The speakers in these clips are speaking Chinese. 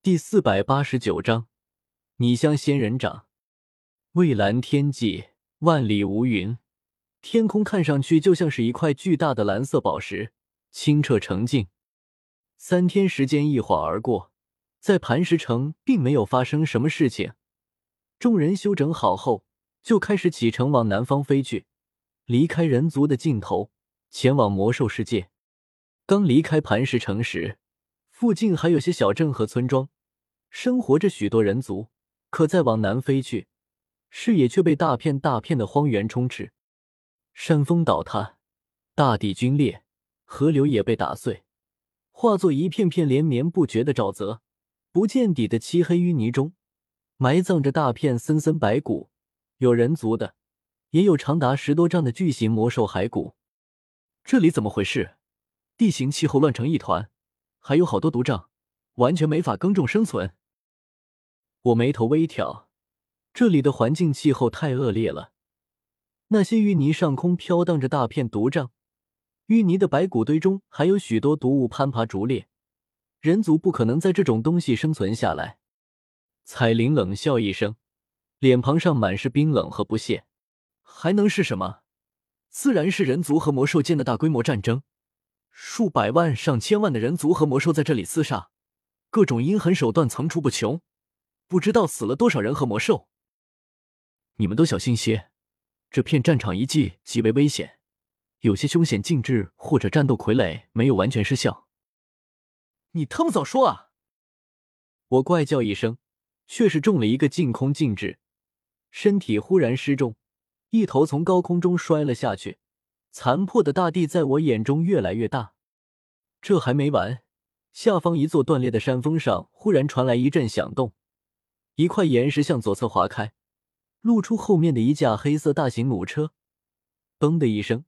第489章拟香仙人掌。蔚蓝天际，万里无云，天空看上去就像是一块巨大的蓝色宝石，清澈澄净。3天时间一晃而过，在磐石城并没有发生什么事情。众人休整好后，就开始启程往南方飞去，离开人族的尽头，前往魔兽世界。刚离开磐石城时，附近还有些小镇和村庄，生活着许多人族。可再往南飞去，视野却被大片大片的荒原充斥。山峰倒塌，大地龟裂，河流也被打碎，化作一片片连绵不绝的沼泽。不见底的漆黑淤泥中，埋葬着大片森森白骨，有人族的，也有长达10多丈的巨型魔兽骸骨。这里怎么回事？地形气候乱成一团，还有好多毒瘴，完全没法耕种生存。我眉头微挑，这里的环境气候太恶劣了。那些淤泥上空飘荡着大片毒瘴，淤泥的白骨堆中还有许多毒物攀爬逐猎，人族不可能在这种东西生存下来。彩铃冷笑一声，脸庞上满是冰冷和不屑。还能是什么？自然是人族和魔兽间的大规模战争，数百万上千万的人族和魔兽在这里厮杀，各种阴狠手段层出不穷，不知道死了多少人和魔兽。你们都小心些，这片战场遗迹极为危险，有些凶险禁制或者战斗傀儡没有完全失效。你他妈早说啊！我怪叫一声，却是中了一个净空禁制，身体忽然失重，一头从高空中摔了下去。残破的大地在我眼中越来越大。这还没完，下方一座断裂的山峰上忽然传来一阵响动，一块岩石向左侧滑开，露出后面的一架黑色大型弩车。嘣的一声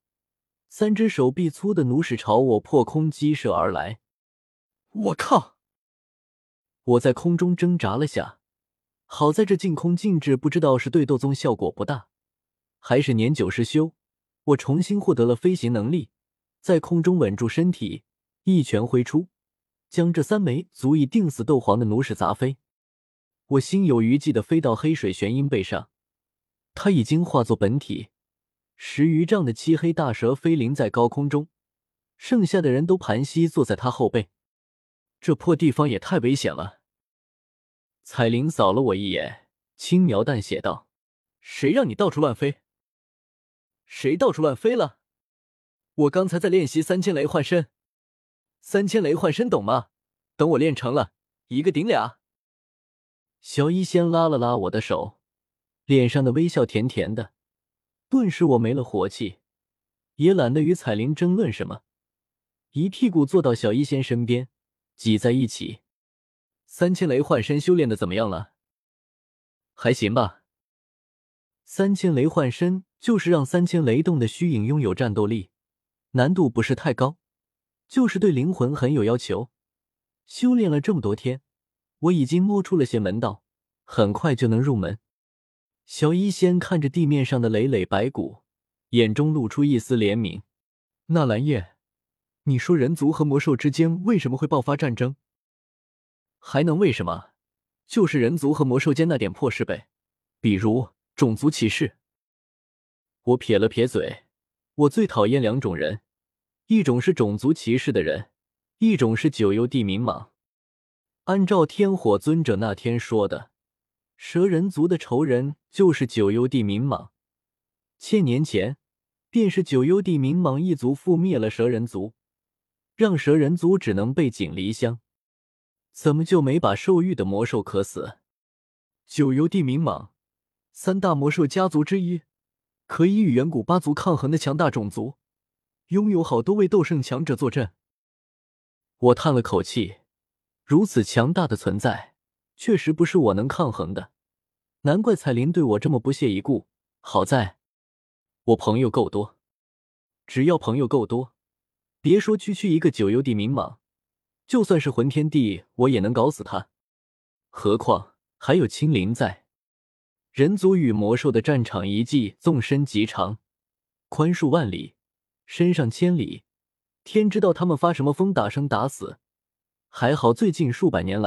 ，3只手臂粗的弩矢朝我破空击射而来。我靠！我在空中挣扎了下，好在这净空禁制不知道是对斗宗效果不大，还是年久失修，我重新获得了飞行能力，在空中稳住身体，一拳挥出，将这3枚足以定死斗皇的弩矢砸飞。我心有余悸地飞到黑水玄鹰背上，他已经化作本体，10余丈的漆黑大蛇飞临在高空中，剩下的人都盘膝坐在他后背。这破地方也太危险了。彩铃扫了我一眼，轻描淡写道：谁让你到处乱飞？谁到处乱飞了？我刚才在练习3000雷幻身。3000雷幻身懂吗？等我练成了，一个顶俩。小医仙拉了拉我的手，脸上的微笑甜甜的。顿时我没了火气，也懒得与彩铃争论什么，一屁股坐到小医仙身边，挤在一起。3000雷幻身修炼的怎么样了？还行吧。3000雷幻身就是让3000雷动的虚影拥有战斗力，难度不是太高，就是对灵魂很有要求。修炼了这么多天，我已经摸出了些门道，很快就能入门。小医仙看着地面上的累累白骨，眼中露出一丝怜悯。纳兰叶，你说人族和魔兽之间为什么会爆发战争？还能为什么？就是人族和魔兽间那点破事呗，比如种族歧视。我撇了撇嘴，我最讨厌2种人，一种是种族歧视的人，一种是九幽地冥蟒。按照天火尊者那天说的，蛇人族的仇人就是九幽地冥蟒。1000年前，便是九幽地冥蟒一族覆灭了蛇人族，让蛇人族只能背井离乡。怎么就没把受欲的魔兽磕死？九幽地冥蟒，3大魔兽家族之一，可以与远古8族抗衡的强大种族，拥有好多位斗圣强者坐镇。我叹了口气，如此强大的存在，确实不是我能抗衡的。难怪彩铃对我这么不屑一顾，好在我朋友够多。只要朋友够多，别说区区一个九幽地冥蟒，就算是魂天帝，我也能搞死他。何况还有青灵在。人族与魔兽的战场遗迹纵深极长，宽数万里，深上千里，天知道他们发什么疯，打生打死。还好最近数百年来，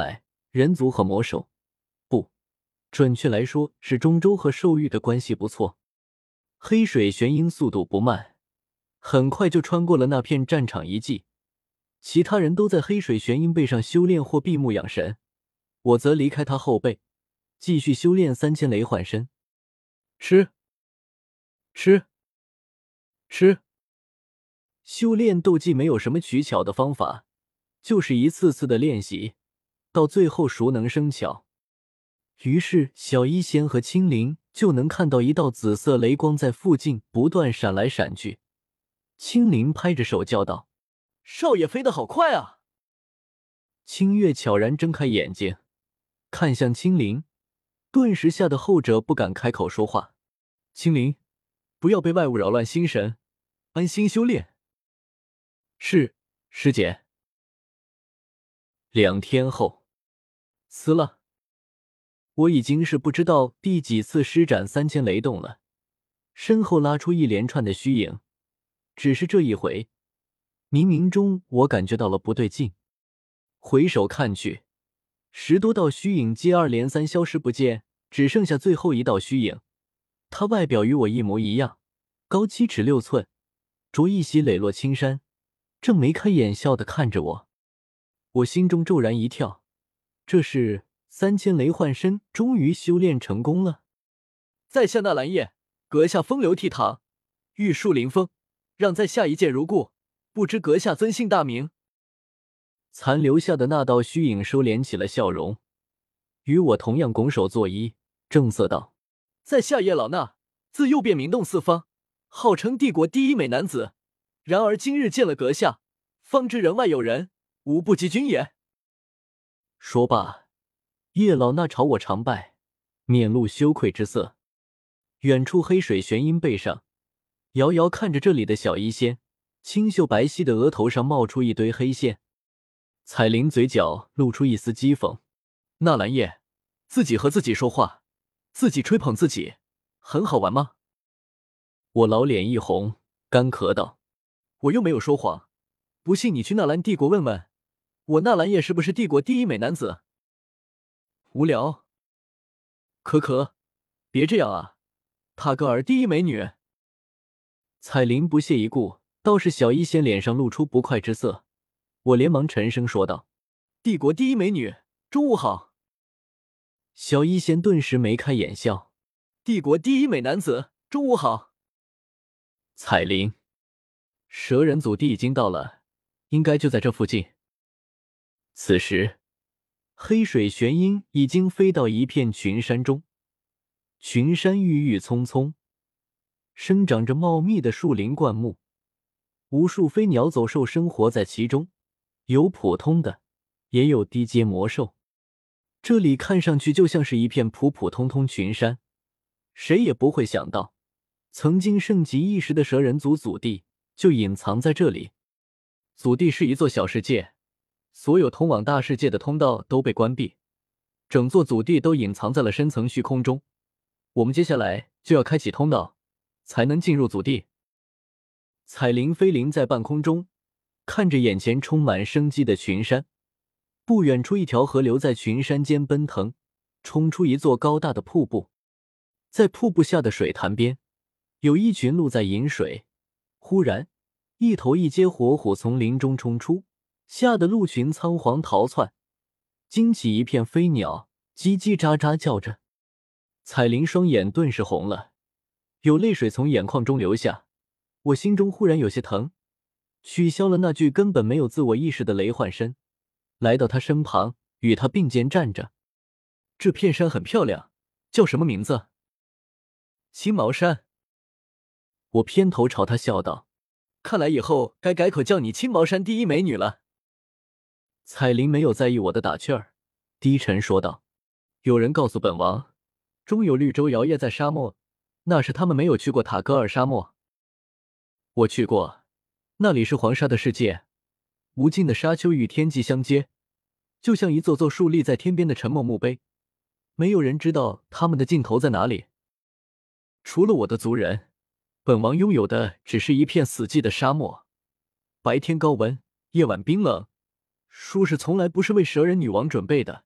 人族和魔兽，不，准确来说是中州和兽域的关系不错。黑水玄鹰速度不慢，很快就穿过了那片战场遗迹。其他人都在黑水玄鹰背上修炼或闭目养神，我则离开他后背，继续修炼3000雷幻身。吃，吃，吃。修炼斗技没有什么取巧的方法，就是一次次的练习，到最后熟能生巧。于是小医仙和青灵就能看到一道紫色雷光在附近不断闪来闪去。青灵拍着手叫道：“少爷飞得好快啊！”清月悄然睁开眼睛，看向青灵，顿时吓得后者不敢开口说话。青灵，不要被外物扰乱心神，安心修炼。是，师姐。2天后，死了。我已经是不知道第几次施展3000雷动了，身后拉出一连串的虚影。只是这一回，冥冥中我感觉到了不对劲。回首看去，10多道虚影接二连三消失不见，只剩下最后一道虚影。他外表与我一模一样，高7尺6寸，着一袭磊落青衫，正眉开眼笑地看着我。我心中骤然一跳，这是3000雷幻身终于修炼成功了。在下纳兰叶，阁下风流倜傥，玉树临风，让在下一见如故，不知阁下尊姓大名？残留下的那道虚影收敛起了笑容，与我同样拱手作揖，正色道：“在下叶老衲，自幼便名动四方，号称帝国第一美男子。然而今日见了阁下，方知人外有人，无不及君也。”说罢，叶老衲朝我长拜，面露羞愧之色。远处黑水玄鹰背上，遥遥看着这里的小医仙，清秀白皙的额头上冒出一堆黑线。彩铃嘴角露出一丝讥讽：“纳兰叶，自己和自己说话，自己吹捧自己，很好玩吗？”我老脸一红，干咳道：“我又没有说谎，不信你去纳兰帝国问问，我纳兰叶是不是帝国第一美男子？”无聊。可，别这样啊，塔格尔第一美女。彩铃不屑一顾，倒是小医仙脸上露出不快之色。我连忙沉声说道：“帝国第一美女，中午好。”小医仙顿时眉开眼笑：“帝国第一美男子，中午好。”彩铃，蛇人祖地已经到了，应该就在这附近。此时，黑水玄鹰已经飞到一片群山中，群山郁郁葱葱，生长着茂密的树林灌木，无数飞鸟走兽生活在其中，有普通的，也有低阶魔兽。这里看上去就像是一片普普通通群山，谁也不会想到，曾经盛极一时的蛇人族祖地就隐藏在这里。祖地是一座小世界，所有通往大世界的通道都被关闭，整座祖地都隐藏在了深层虚空中。我们接下来就要开启通道，才能进入祖地。彩铃飞临在半空中，看着眼前充满生机的群山。不远处一条河流在群山间奔腾，冲出一座高大的瀑布。在瀑布下的水潭边，有一群鹿在饮水。忽然，一头一阶火虎从林中冲出，吓得鹿群仓皇逃窜，惊起一片飞鸟，叽叽喳喳叫着。彩铃双眼顿时红了，有泪水从眼眶中流下。我心中忽然有些疼，取消了那具根本没有自我意识的雷幻身，来到他身旁，与他并肩站着。这片山很漂亮，叫什么名字？青毛山。我偏头朝他笑道：“看来以后该改口叫你青毛山第一美女了。”彩铃没有在意我的打趣儿，低沉说道：“有人告诉本王，中有绿洲摇曳在沙漠，那是他们没有去过塔格尔沙漠。我去过，那里是黄沙的世界，无尽的沙丘与天际相接，就像一座座竖立在天边的沉默墓碑，没有人知道他们的尽头在哪里。除了我的族人，本王拥有的只是一片死寂的沙漠，白天高温，夜晚冰冷，舒适从来不是为蛇人女王准备的，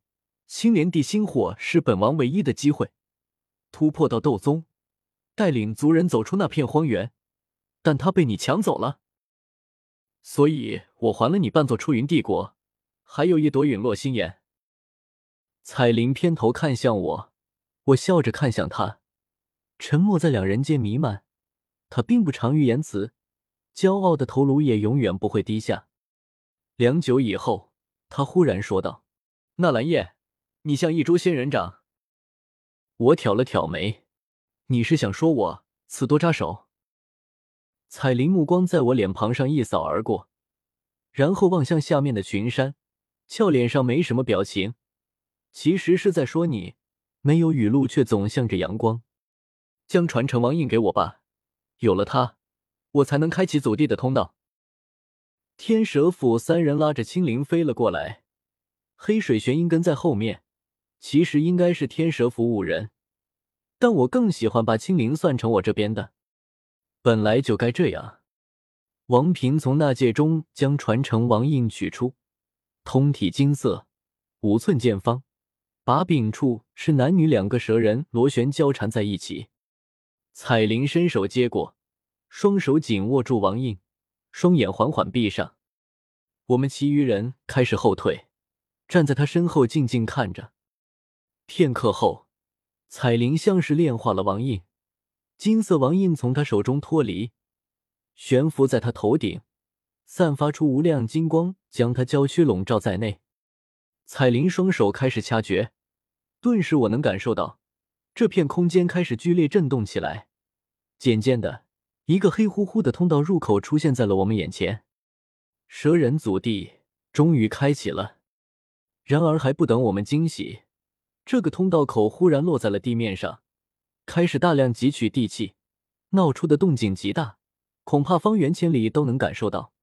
青莲地心火是本王唯一的机会，突破到斗宗，带领族人走出那片荒原，但他被你抢走了，所以我还了你半座出云帝国，还有一朵陨落心炎。彩铃偏头看向我，我笑着看向他，沉默在两人间弥漫。他并不长于言辞，骄傲的头颅也永远不会低下。良久以后，他忽然说道：“纳兰叶，你像一株仙人掌。”我挑了挑眉：“你是想说我刺多扎手？”彩铃目光在我脸庞上一扫而过，然后望向下面的群山，俏脸上没什么表情，其实是在说你没有雨露却总向着阳光。将传承王印给我吧，有了它，我才能开启祖地的通道。天蛇府三人拉着青灵飞了过来，黑水玄鹰跟在后面，其实应该是天蛇府5人，但我更喜欢把青灵算成我这边的。本来就该这样。王平从纳戒中将传承王印取出，通体金色，5寸见方，把柄处是男女2个蛇人螺旋交缠在一起。彩铃伸手接过，双手紧握住王印，双眼缓缓闭上。我们其余人开始后退，站在他身后静静看着。片刻后，彩铃像是炼化了王印，金色王印从他手中脱离，悬浮在他头顶，散发出无量金光，将他娇躯笼罩在内。彩铃双手开始掐诀，顿时我能感受到这片空间开始剧烈震动起来。渐渐的，一个黑乎乎的通道入口出现在了我们眼前。蛇人祖地终于开启了。然而还不等我们惊喜，这个通道口忽然落在了地面上，开始大量汲取地气，闹出的动静极大，恐怕方圆千里都能感受到。